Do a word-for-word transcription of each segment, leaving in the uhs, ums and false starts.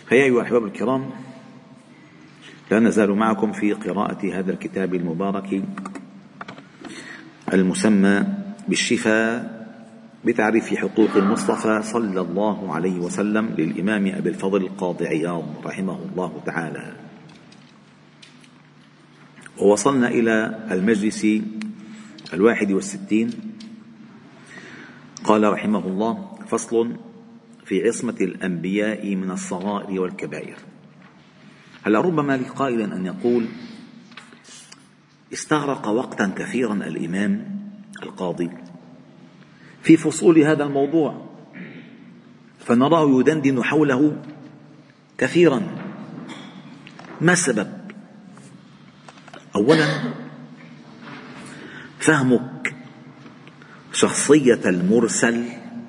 فيا أيها الأحباب الكرام، لا نزال معكم في قراءة هذا الكتاب المبارك المسمى بالشفاء بتعريف حقوق المصطفى صلى الله عليه وسلم للإمام أبي الفضل القاضي عياض رحمه الله تعالى. ووصلنا إلى المجلس الواحد والستين. قال رحمه الله: فصل في عصمة الأنبياء من الصغائر والكبائر. هلا ربما لقائل أن يقول: استغرق وقتا كثيرا الإمام القاضي في فصول هذا الموضوع، فنراه يدندن حوله كثيرا. ما السبب؟ أولا، فهمك شخصية المرسل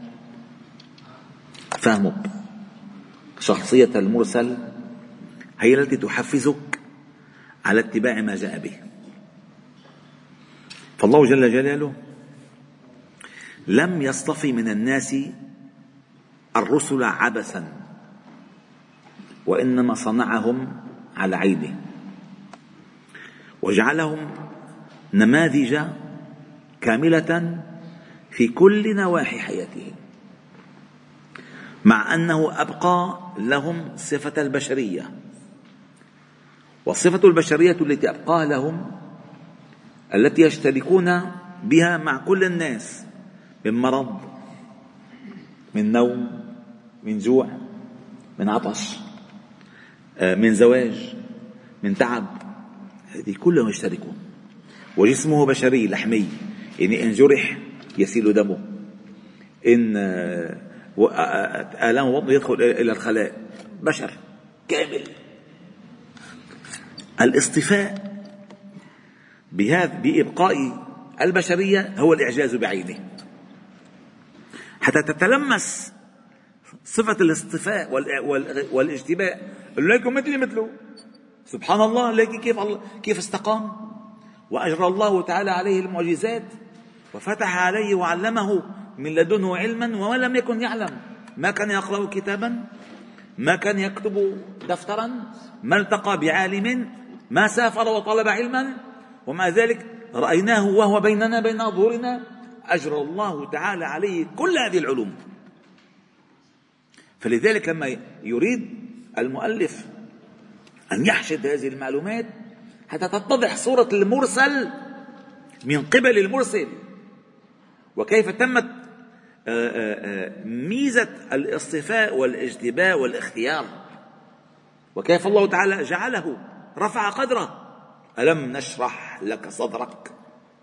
فهمك شخصية المرسل هي التي تحفزك على اتباع ما جاء به. فالله جل جلاله لم يصطفي من الناس الرسل عبثا، وإنما صنعهم على عينه، وجعلهم نماذج كاملة في كل نواحي حياتهم، مع أنه أبقى لهم صفة البشرية. والصفة البشرية التي أبقاها لهم التي يشتركون بها مع كل الناس، من مرض، من نوم، من جوع، من عطش، من زواج، من تعب، هذه كلهم يشتركون. وجسمه بشري لحمي، يعني إن جرح يسيل دمه، إن آلام بطنه يدخل إلى الخلاء، بشر كامل. الاصطفاء بهذا بإبقاء البشرية هو الإعجاز بعينه، حتى تتلمس صفة الاصطفاء والاجتباء. لكم مثلي مثله، سبحان الله، لكن كيف كيف استقام وأجرى الله تعالى عليه المعجزات وفتح عليه وعلمه من لدنه علما وما لم يكن يعلم. ما كان يقرأ كتابا، ما كان يكتب دفترا، ما التقى بعالم، ما سافر وطلب علما، ومع ذلك رأيناه وهو بيننا بين أظهرنا أجرى الله تعالى عليه كل هذه العلوم. فلذلك لما يريد المؤلف أن يحشد هذه المعلومات حتى تتضح صورة المرسل من قبل المرسل، وكيف تمت ميزة الاصطفاء والاجتباء والاختيار، وكيف الله تعالى جعله رفع قدره. ألم نشرح لك صدرك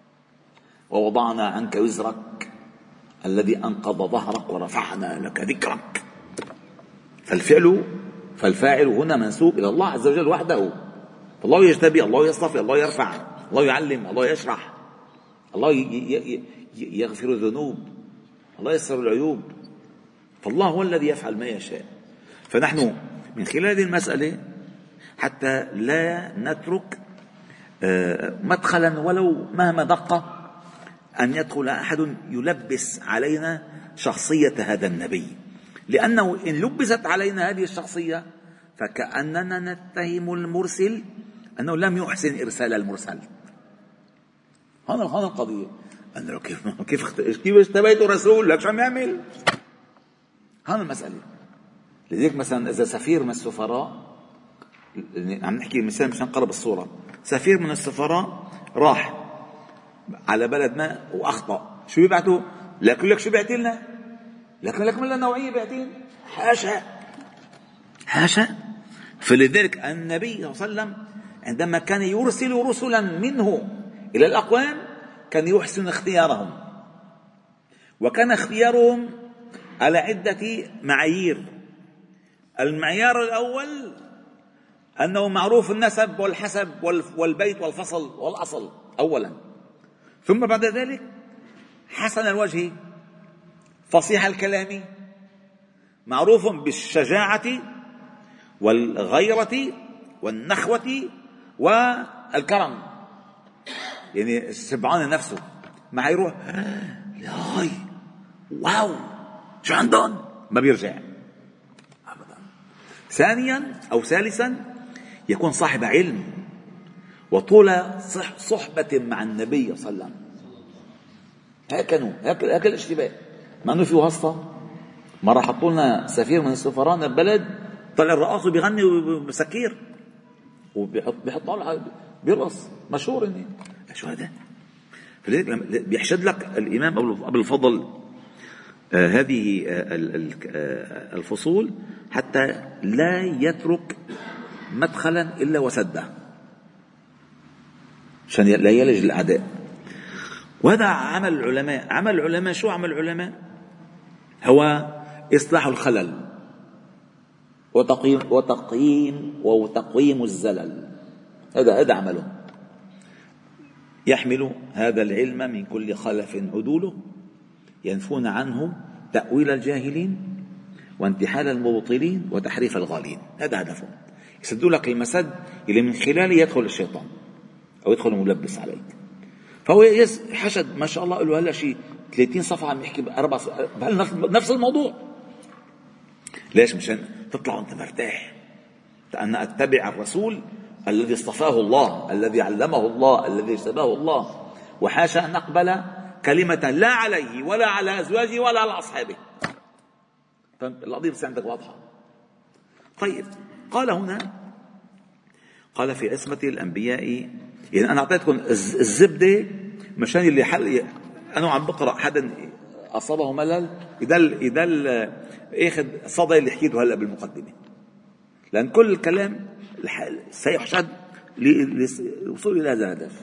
ووضعنا عنك وزرك الذي أنقض ظهرك ورفعنا لك ذكرك. فالفعل فالفاعل هنا منسوب إلى الله عز وجل وحده. فالله يجتبي، الله يصطفي، الله يرفع، الله يعلم، الله يشرح، الله يغفر الذنوب، الله يسر العيوب. فالله هو الذي يفعل ما يشاء. فنحن من خلال هذه المسألة، حتى لا نترك مدخلا ولو مهما دق أن يدخل أحد يلبس علينا شخصية هذا النبي، لأنه إن لبست علينا هذه الشخصية فكأننا نتهم المرسل أنه لم يحسن إرسال المرسل. هذا هذا القضية، أنه كيف كيف كيف اشتبيت رسول لك شو عم يعمل؟ هذا المسألة. لذلك مثلا إذا سفير من السفراء، عم نحكي مثال مشان نقرب الصورة، سفير من السفراء راح على بلد ما وأخطأ، شو بيبعتوا؟ لكن لك شو بيعتي لنا؟ لكن لك من النوعية بيعتين؟ حاشا حاشا. فلذلك النبي صلى الله عليه وسلم عندما كان يرسل رسلا منه إلى الأقوام كان يحسن اختيارهم، وكان اختيارهم على عدة معايير. المعيار الأول أنه معروف النسب والحسب والبيت والفصل والأصل أولا، ثم بعد ذلك حسن الوجه، فصيح الكلام، معروف بالشجاعة والغيرة والنخوة والكرم، يعني سبعان نفسه ما يروح هاي واو شو عندهم ما بيرجع أبدا. ثانيا أو ثالثا يكون صاحب علم وطول صحبة مع النبي صلى الله عليه وسلم. هيك كانوا هيك هيك الاشتباه. مع انه في واسطة، مرة حطوا لنا سفير من السفراء البلد طلع الرقاص بيغني وبسكير وبيحط بيحط على بيرقص مشهور. اني شو هذا؟ فلذلك بيحشد لك الامام ابو الفضل آه هذه آه الفصول حتى لا يترك مدخلا الا وسده عشان لا يلج الاعداء. وهذا عمل العلماء. عمل العلماء شو عمل العلماء؟ هو إصلاح الخلل وتقييم وتقييم وتقويم الزلل. هذا هذا عمله. يحمل هذا العلم من كل خلف عدوله، ينفون عنه تأويل الجاهلين وانتحال المبطلين وتحريف الغالين. هذا هدفهم، يسدوا لك المسد اللي من خلاله يدخل الشيطان أو يدخل الملبس عليك. فهو حشد ما شاء الله له هلا شيء ثلاثين صفحة عم يحكي بأربع نفس الموضوع. ليش؟ مشان تطلع وانت مرتاح. أنا أتبع الرسول الذي اصطفاه الله، الذي علمه الله، الذي اجتباه الله، وحاشا أن نقبل كلمة لا عليه ولا على أزواجه ولا على أصحابه. القضية بس عندك واضحة. طيب، قال هنا قال في عصمة الأنبياء. يعني أنا أعطيتكم الزبدة مشان اللي حل أنا عم بقرأ حدا أصابه ملل يدل يدل ياخذ صدى اللي حكيته هلا بالمقدمة، لأن كل الكلام سيحشد للوصول إلى هذا الهدف.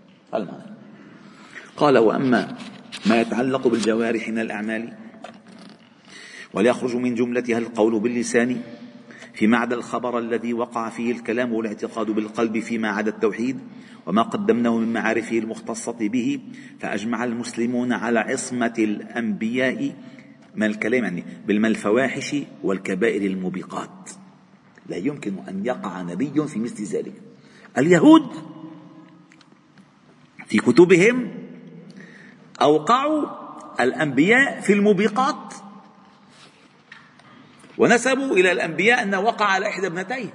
قال وأما ما يتعلق بالجوارح من الأعمال وليخرج من جملتها القول باللسان فيما عدا الخبر الذي وقع فيه الكلام والاعتقاد بالقلب فيما عدا التوحيد وما قدمناه من معارفه المختصة به، فأجمع المسلمون على عصمة الأنبياء من الكلام يعني بالما الفواحش والكبائر الموبقات. لا يمكن أن يقع نبي في مثل ذلك. اليهود في كتبهم أوقعوا الأنبياء في الموبقات، ونسبوا إلى الأنبياء أنه وقع على إحدى ابنتيه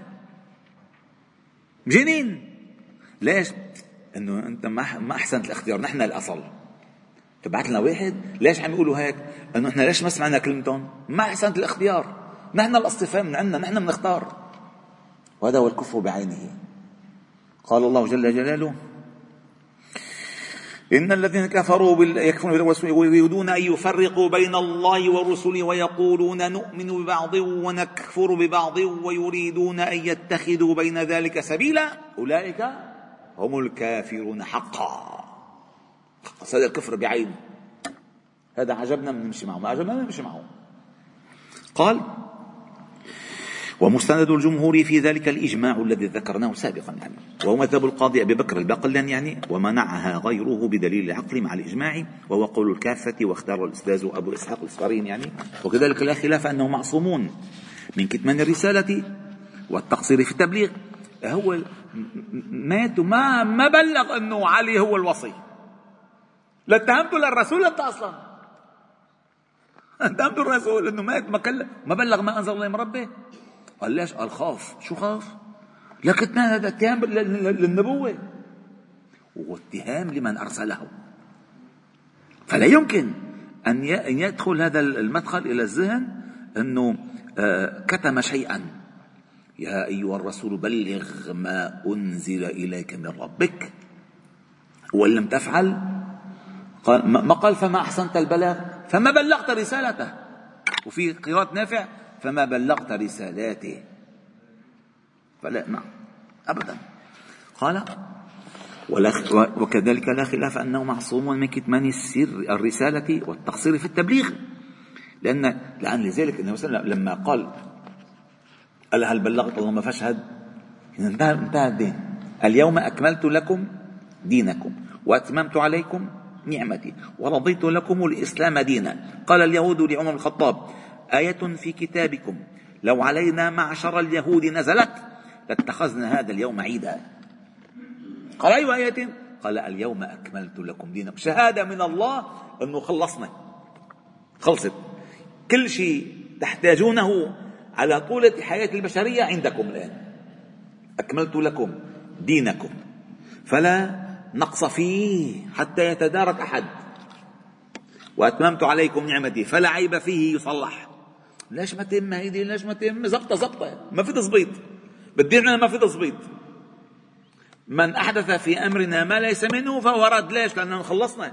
جنين. ليش؟ أنه أنت ما أحسنت الاختيار، نحن الأصل تبعت لنا واحد. ليش عم يقولوا هيك؟ أنه نحن ليش ما سمعنا كلمتهم؟ ما أحسنت الاختيار، نحن الاصطفاء من عندنا، نحن بنختار. وهذا هو الكفر بعينه. قال الله جل جلاله إن الذين كفروا يكفرون بالرسول ويريدون أن يفرقوا بين الله ورسله ويقولون نؤمن ببعض ونكفر ببعض ويريدون أن يتخذوا بين ذلك سبيلا أولئك هم الكافرون حقا. هذا الكفر بعينه. هذا عجبنا من نمشي معه، ما عجبنا من نمشي معه. قال ومستند الجمهور في ذلك الإجماع الذي ذكرناه سابقا يعني، وهو مذهب القاضي أبي بكر الباقلاني يعني، ومنعها غيره بدليل العقل مع الإجماع، وهو قول الكافة واختار الأستاذ أبو إسحاق الإسفارين يعني. وكذلك لا خلاف أنهم معصومون من كتمان الرسالة والتقصير في التبليغ. هو مات وما ما بلغ أنه علي هو الوصي. لا اتهمته للرسول أنت أصلا، اتهمته الرسول أنه مات ما, ما بلغ ما أنزل الله من ربه. قال ليش؟ قال خاف. شو خاف؟ لكن هذا اتهام للنبوة واتهام لمن أرسله. فلا يمكن أن يدخل هذا المدخل إلى الذهن أنه كتم شيئا. يا أيها الرسول بلغ ما أنزل إليك من ربك وإن لم تفعل قال ما قال فما أحسنت البلاغ فما بلغت رسالته. وفي قراءة نافع فما بلغت رسالاته. فلا نعم أبدا. قال وكذلك لا خلاف أنه معصوم من كتمان السر الرسالة والتقصير في التبليغ، لأن لأن لذلك النبي صلى الله عليه وسلم لما قال قال هل بلغت اللهم فاشهد انتهى انتهى الدين. اليوم أكملت لكم دينكم وأتممت عليكم نعمتي ورضيت لكم الإسلام دينا. قال اليهود لعمر بن الخطاب آية في كتابكم لو علينا معشر اليهود نزلت لاتخذنا هذا اليوم عيدا. قال أي آية؟ قال اليوم أكملت لكم دينكم. شهادة من الله أنه خلصنا، خلصت كل شيء تحتاجونه على طولة حياة البشرية عندكم الآن، أكملت لكم دينكم فلا نقص فيه حتى يتدارك أحد، وأتممت عليكم نعمتي فلا عيب فيه يصلح. ليش ما تم هيدي؟ ليش ما تم؟ زبطة زبطة، ما في تظبيط بالدين، ما في تظبيط. من أحدث في أمرنا ما ليس منه فهو رد. ليش؟ لأننا خلصنا.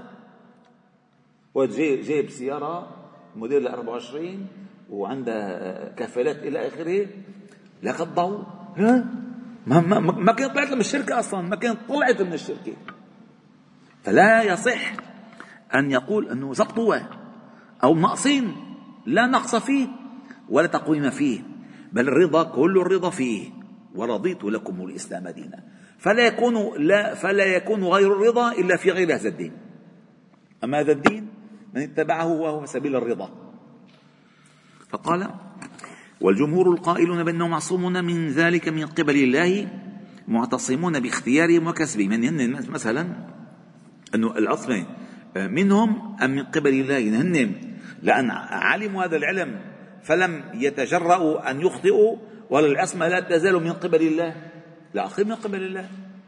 وجايب سيارة موديل أربعة وعشرين وعندها كفالات إلى آخره، لا ضوء، ها ما, ما, ما كانت طلعت من الشركة أصلا، ما كانت طلعت من الشركة. فلا يصح أن يقول أنه زبطوا أو ناقصين، لا نقص فيه ولا تقويم فيه، بل الرضا كل الرضا فيه، ورضيت لكم الإسلام دينا. فلا يكون لا فلا يكون غير الرضا إلا في غير هذا الدين. أما هذا الدين من اتبعه وهو سبيل الرضا. فقال: والجمهور القائلون بأنهم معصومون من ذلك من قبل الله معتصمون باختيارهم وكسبهم. يعني مثلا أنه العصمة منهم أم من قبل الله، هن لأن علموا هذا العلم فلم يتجرؤوا أن يخطئوا، ولا العصمة لا تزال من قبل الله؟ لا أخي، من قبل الله.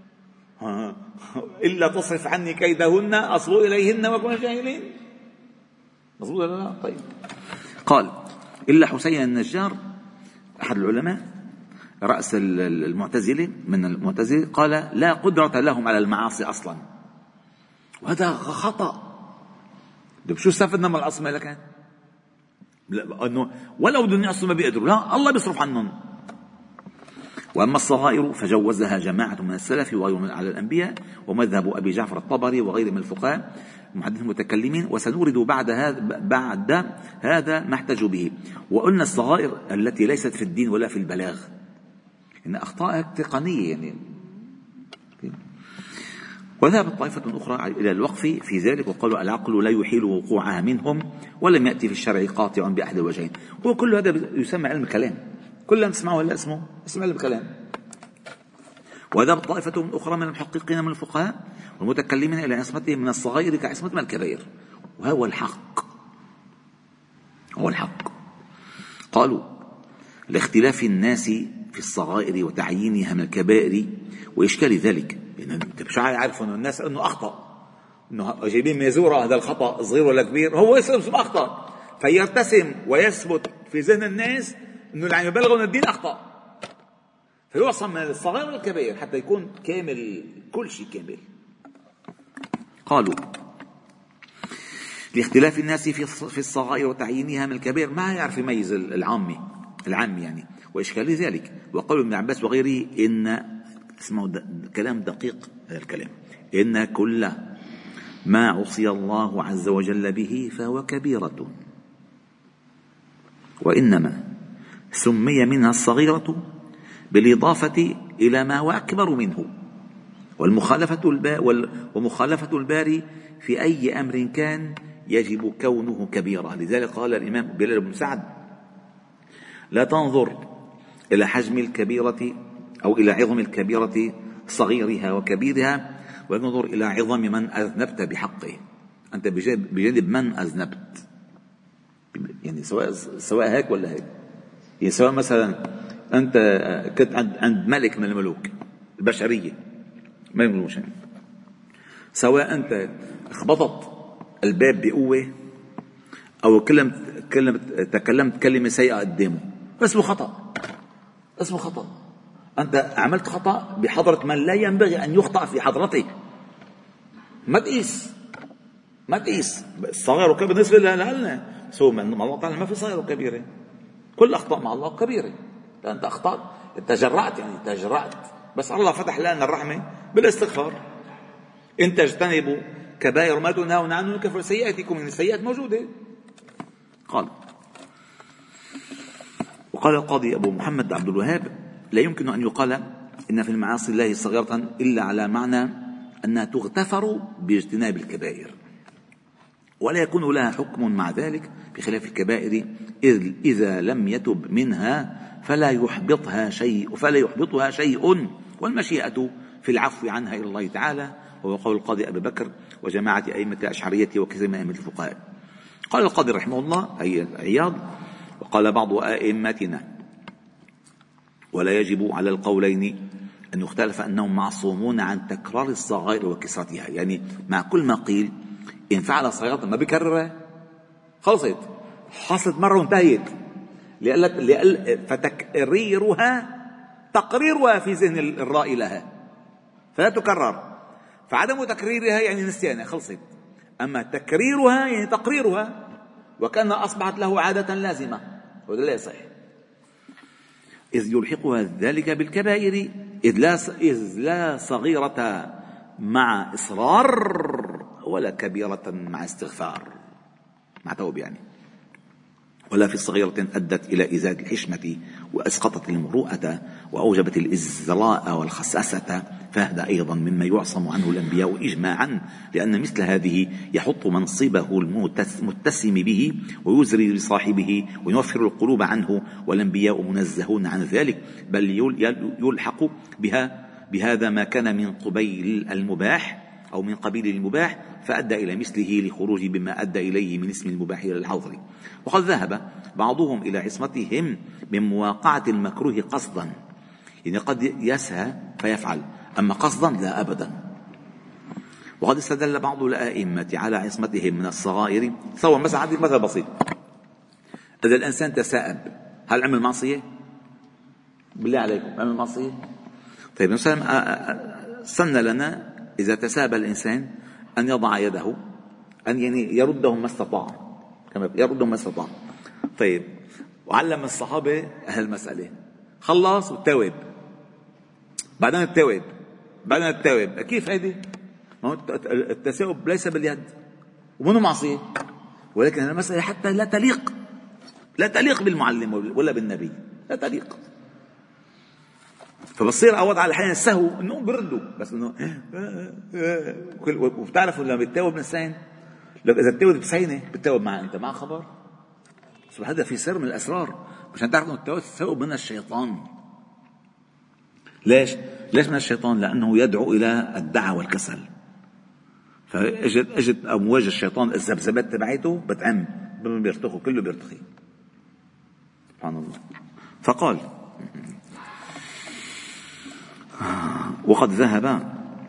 إلا تصرف عني كيدهن أصب إليهن وكن جاهلين. مظبوط ولا لا؟ طيب. قال: إلا حسين النجار أحد العلماء رأس المعتزلة من المعتزلة قال: لا قدرة لهم على المعاصي أصلا. وهذا خطأ. شو استفدنا من العصمة لكن؟ أنه ولو بدهم يعصوا ما بيقدروا، لا الله بيصرف عنهم. وأما الصغائر فجوزها جماعة من السلف وغيرهم على الأنبياء، ومذهب أبي جعفر الطبري وغيره من الفقهاء محدثين المتكلمين. وسنورد بعد هذا بعد هذا ما احتجوا به. وقلنا الصغائر التي ليست في الدين ولا في البلاغ، إن أخطاء تقنية يعني. وذهبت طائفة أخرى إلى الوقف في ذلك وقالوا: العقل لا يحيل وقوعها منهم، ولم يأتي في الشرع قاطع بأحد الوجهين. وكل هذا يسمى علم الكلام، كلنا نسمعه ولا اسمه اسم علم الكلام. وذهبت طائفة أخرى من المحققين من الفقهاء والمتكلمين إلى عصمتهم من الصغائر كعصمة من الكبائر، وهو الحق. هو الحق. قالوا: لاختلاف الناس في الصغائر وتعيينها من الكبائر وإشكال ذلك. يعني مش عارف أن الناس أنه أخطأ، أنه جايبين ميزورة هذا الخطأ صغير ولا كبير، هو اسم أخطأ، فيرتسم ويثبت في ذهن الناس أنه اللي عم يبلغوا من الدين أخطأ، فيوصل من الصغائر والكبائر حتى يكون كامل، كل شيء كامل. قالوا: لاختلاف الناس في الصغائر وتعيينها من الكبائر، ما يعرف يميز العامي العام يعني، وإشكال ذلك. وقالوا ابن عباس وغيره إن اسمعوا كلام دقيق هذا الكلام: إن كل ما عصي الله عز وجل به فهو كبيرة، وإنما سمي منها الصغيرة بالإضافة إلى ما هو أكبر منه، والمخالفة البا ومخالفة الباري في أي أمر كان يجب كونه كبيرة. لذلك قال الإمام بلال بن سعد: لا تنظر إلى حجم الكبيرة أو إلى عظم الكبيرة صغيرها وكبيرها، وننظر إلى عظم من أذنبت بحقه. أنت بجانب من أذنبت، يعني سواء سواء هيك ولا هيك. يعني سواء مثلا أنت كنت عند ملك من الملوك البشرية، ما يملوش، سواء أنت خبطت الباب بقوة أو كلمت كلمت تكلمت كلمة سيئة قدامه، اسمه خطأ، اسمه خطأ. أنت عملت خطأ بحضرة من لا ينبغي أن يخطأ في حضرته. ما تقيس ما تقيس الصغير وكبير بالنسبة لنا. سو مع الله تعالى ما في صغير وكبيرة، كل أخطاء مع الله كبيرة. أنت أخطأت، تجرأت، يعني تجرأت، بس الله فتح لنا الرحمة بالاستغفار. إن تجتنبوا كبائر ما تنهون عنه نكفر سيئاتكم. من السيئات موجودة. قال وقال القاضي أبو محمد عبد الوهاب: لا يمكن أن يقال إن في المعاصي الله صغيرة إلا على معنى أنها تغتفر باجتناب الكبائر، ولا يكون لها حكم مع ذلك بخلاف الكبائر، إذ إذا لم يتب منها فلا يحبطها شيء فلا يحبطها شيء والمشيئة في العفو عنها إلى الله تعالى. وهو قول القاضي أبي بكر وجماعة أئمة الأشعرية وكثير من أئمة الفقهاء. قال القاضي رحمه الله أي عياض: وقال بعض أئمتنا ولا يجب على القولين أن يختلف أنهم معصومون عن تكرار الصغائر وكسرتها. يعني مع كل ما قيل إن فعل صغيرة ما بيكررها، خلصت، حصلت مرة وانتهيت، فتكريرها تقريرها في ذهن الرائي لها فلا تكرر، فعدم تكريرها يعني نسيانها، خلصت. أما تكريرها يعني تقريرها، وكأن أصبحت له عادة لازمة، وهذا لا يصح. إذ يلحقها ذلك بالكبائر إذ لا, إذ لا صغيرة مع إصرار ولا كبيرة مع استغفار، مع توبة يعني، ولا في صغيرة أدت إلى إزالة الحشمة وأسقطت المروءة وأوجبت الإزراء والخساسة، فهذا أيضا مما يعصم عنه الأنبياء إجماعا، لأن مثل هذه يحط منصبه المتسم به ويزري بصاحبه ويوفر القلوب عنه، والأنبياء منزهون عن ذلك، بل يلحق بها بهذا ما كان من قبيل المباح أو من قبيل المباح فأدى إلى مثله لخروج بما أدى إليه من اسم المباح إلى الحظر. وقد ذهب بعضهم إلى عصمتهم من مواقعة المكروه قصدا، يعني قد يسهى فيفعل، أما قصدا لا أبدا. وقد استدل بعض الآئمة على عصمتهم من الصغائر، سوى مثلا عندي مثل بسيط، إذا الإنسان تساءب هل عمل معصية؟ بالله عليكم عمل معصية؟ طيب مثلا سن لنا إذا تساءب الإنسان أن يضع يده، أن يعني يرده ما استطاع، كما يرده ما استطاع. طيب وعلم الصحابة أهل المسألة، خلص وتوب، بعدين التوب بعدين التوب كيف هذه؟ التساؤب ليس باليد ومنه معصية، ولكن المسألة حتى لا تليق لا تليق بالمعلم ولا بالنبي، لا تليق. فبصير أوضع على الحين السهو انه بردوا، بس انه وبتعرفوا لما بتتوب الانسان، لو اذا تتوب بسينه بتتوب معه انت مع خبر، هذا في سر من الاسرار عشان تعرف انه التوب من الشيطان. ليش؟ ليش من الشيطان؟ لانه يدعو الى الدعوى والكسل، فاجت اجت امواج الشيطان الذبذبات تبعته بتعم بيرتخوا كله بيرتخي، سبحان الله. فقال وقد ذهب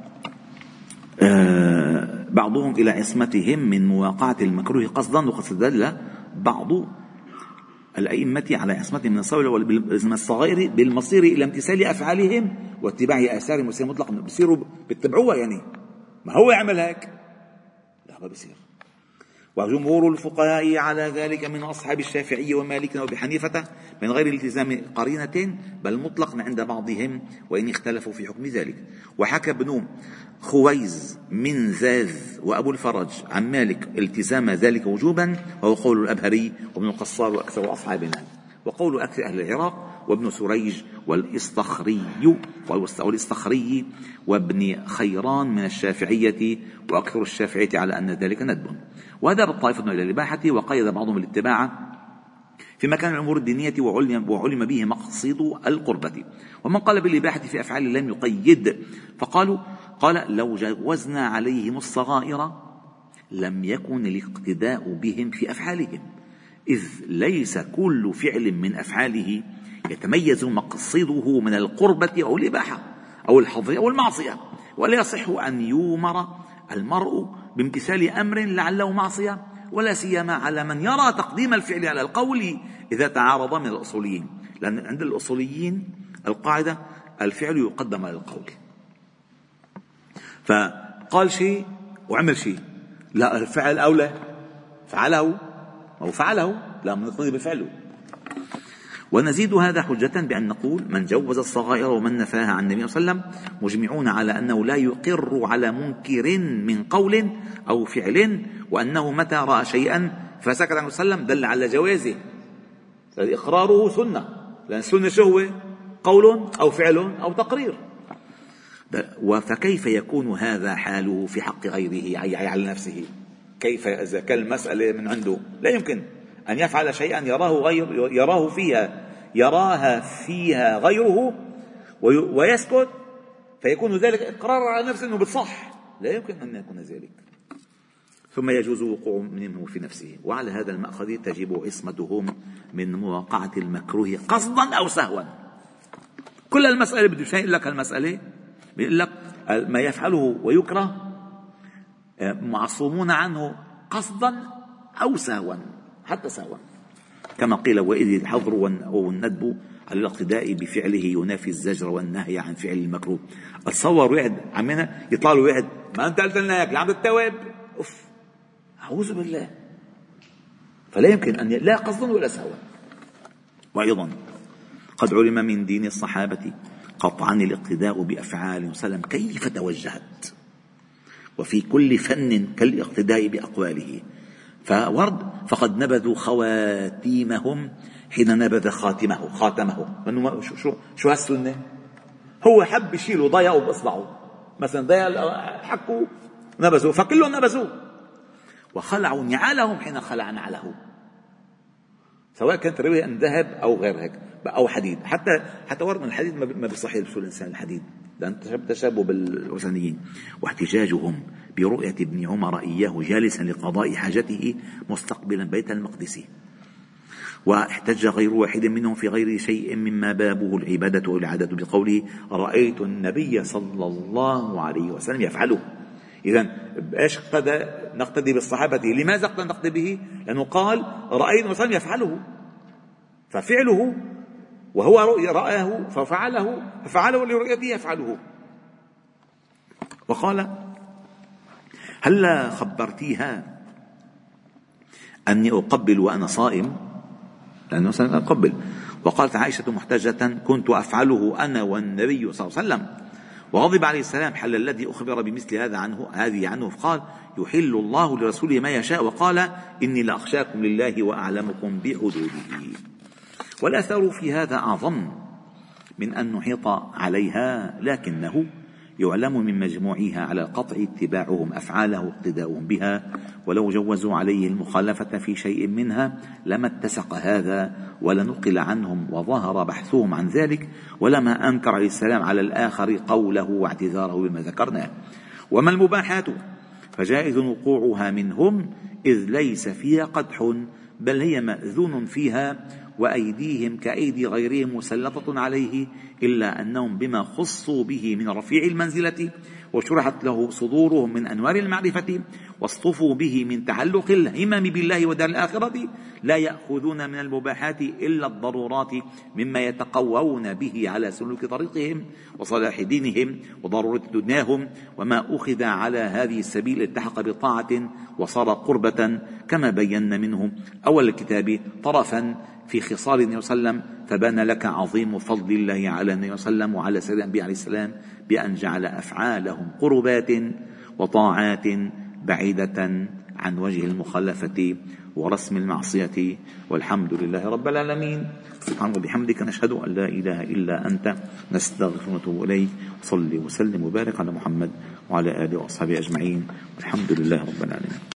بعضهم إلى عصمتهم من مواقعة المكروه قصدا، وقد استدل بعض الأئمة على عصمتهم من الصغائر بالمصير إلى امتثال أفعالهم واتباع آثارهم وسير مطلق، بيصيروا بيتبعوها، يعني ما هو يعمل هيك لا ما بيصير. وجمهور الفقهاء على ذلك من أصحاب الشافعي ومالك وأبي حنيفة من غير التزام قرينة بل مطلق عند بعضهم وإن اختلفوا في حكم ذلك. وحكى ابن خويز من زاز وأبو الفرج عن مالك التزام ذلك وجوبا، وهو قول الأبهري وابن القصار وأكثر أصحابنا، وقول أكثر أهل العراق وابن سريج والإسطخري والإسطخري وابن خيران من الشافعية، وأكثر الشافعية على أن ذلك ندب. وهذا بالطائفة إلى الإباحة، وقيد بعضهم الاتباع في مكان الأمور الدينية وعلم, وعلم به مقصد القربة. ومن قال بالإباحة في أفعال لم يقيد، فقالوا قال لو جوزنا عليهم الصغائر لم يكن الاقتداء بهم في أفعالهم، إذ ليس كل فعل من أفعاله يتميز مقصده من القربة أو الإباحة أو الحظر أو المعصية، ولا يصح أن يؤمر المرء بامتثال أمر لعله معصية، ولا سيما على من يرى تقديم الفعل على القول إذا تعارض من الأصوليين، لأن عند الأصوليين القاعدة الفعل يقدم على القول، فقال شيء وعمل شيء لا الفعل أولى، فعله أو فعله لا نقتضي بفعله. ونزيد هذا حجة بأن نقول من جوز الصغائر ومن نفاها عن النبي صلى الله عليه وسلم مجمعون على أنه لا يقر على منكر من قول أو فعل، وأنه متى رأى شيئا فسكت عنه صلى الله عليه وسلم دل على جوازه، إقراره سنة، لأن السنة شو هو؟ قول أو فعل أو تقرير. فكيف يكون هذا حاله في حق غيره أي على نفسه؟ كيف إذا كان المسألة من عنده لا يمكن أن يفعل شيئا يراه غير يراه فيها يراها فيها غيره ويسكت، فيكون ذلك إقرار على نفسه أنه بتصح، لا يمكن أن يكون ذلك. ثم يجوز وقوع منه في نفسه، وعلى هذا المأخذ تجب عصمتهم من مواقعة المكروه قصدا أو سهوا. كل المسألة بده يقول لك المسألة بيقول لك ما يفعله ويكره معصومون عنه قصدا أو سهوا، حتى سهوا، كما قيل وإذ الحظر والندب على الاقتداء بفعله ينافي الزجر والنهي عن فعل المكروه. اتصور واحد عمنا يطلع له واحد ما انت قلت لنا هيك عم التواب، اوف اعوذ بالله. فلا يمكن ان ي... لا قصدا ولا سهوا. وايضا قد علم من دين الصحابه قطعا الاقتداء بافعال وسلم كيف توجهت، وفي كل فن كالاقتداء باقواله. فورد فقد نبذوا خواتيمهم حين نبذ خاتمه خاتمه شو شو شو هالسنه؟ هو حب يشيله ضيقوا باصبعه مثلا، ضيق حكوا نبذوا، فكلهم نبذوا. وخلعوا نعالهم حين خلع نعله، سواء كانت رواية عن ذهب او غير هيك او حديد. حتى حتى ورد من الحديد ما بيصح يلبسوا الانسان الحديد لان تشابه بالوثنيين. واحتجاجهم برؤية ابن عمر اياه جالسا لقضاء حاجته مستقبلا بيت المقدس. واحتج غير واحد منهم في غير شيء مما بابه العبادة والعادة بقوله رأيت النبي صلى الله عليه وسلم يفعله. إذن ايش اقتدى؟ نقتدي بالصحابة. لماذا اقتدى نقتدي به؟ لأنه قال رأيت النبي صلى الله عليه وسلم يفعله، ففعله وهو رآه ففعله ففعله لرؤيته يفعله. وقال هلا خبرتيها أني أقبل وأنا صائم، لأنه سنقبل. وقالت عائشة محتجة كنت أفعله أنا والنبي صلى الله عليه وسلم. وغضب عليه السلام حل الذي أخبر بمثل هذا عنه هذه عنه فقال يحل الله لرسوله ما يشاء، وقال إني لأخشاكم لله وأعلمكم بحدوده. والأثر في هذا أعظم من أن نحيط عليها، لكنه يعلم من مجموعها على القطع اتباعهم أفعاله واقتداؤهم بها، ولو جوزوا عليه المخالفة في شيء منها لما اتسق هذا ولا نقل عنهم وظهر بحثهم عن ذلك، ولما أنكر عليه السلام على الآخر قوله واعتذاره بما ذكرناه. وما المباحات فجائز وقوعها منهم إذ ليس فيها قدح، بل هي مأذون فيها، وأيديهم كأيدي غيرهم مسلطة عليه، إلا أنهم بما خصوا به من رفيع المنزلة وشرحت له صدورهم من أنوار المعرفة واصطفوا به من تعلق الهمم بالله ودار الآخرة لا يأخذون من المباحات إلا الضرورات مما يتقوون به على سلوك طريقهم وصلاح دينهم وضرورة دنياهم. وما أخذ على هذه السبيل التحق بطاعة وصار قربة، كما بينا منه أول الكتاب طرفا في خصال النبي صلى الله عليه وسلم، فبان لك عظيم فضل الله على النبي صلى الله عليه وسلم وعلى سيدنا الأنبياء عليه السلام بأن جعل أفعالهم قربات وطاعات بعيدة عن وجه المخالفة ورسم المعصية. والحمد لله رب العالمين. سبحانك وبحمدك نشهد أن لا إله إلا أنت نستغفرك ونتوب إليك. صل وسلم وبارك على محمد وعلى آله وأصحابه أجمعين، والحمد لله رب العالمين.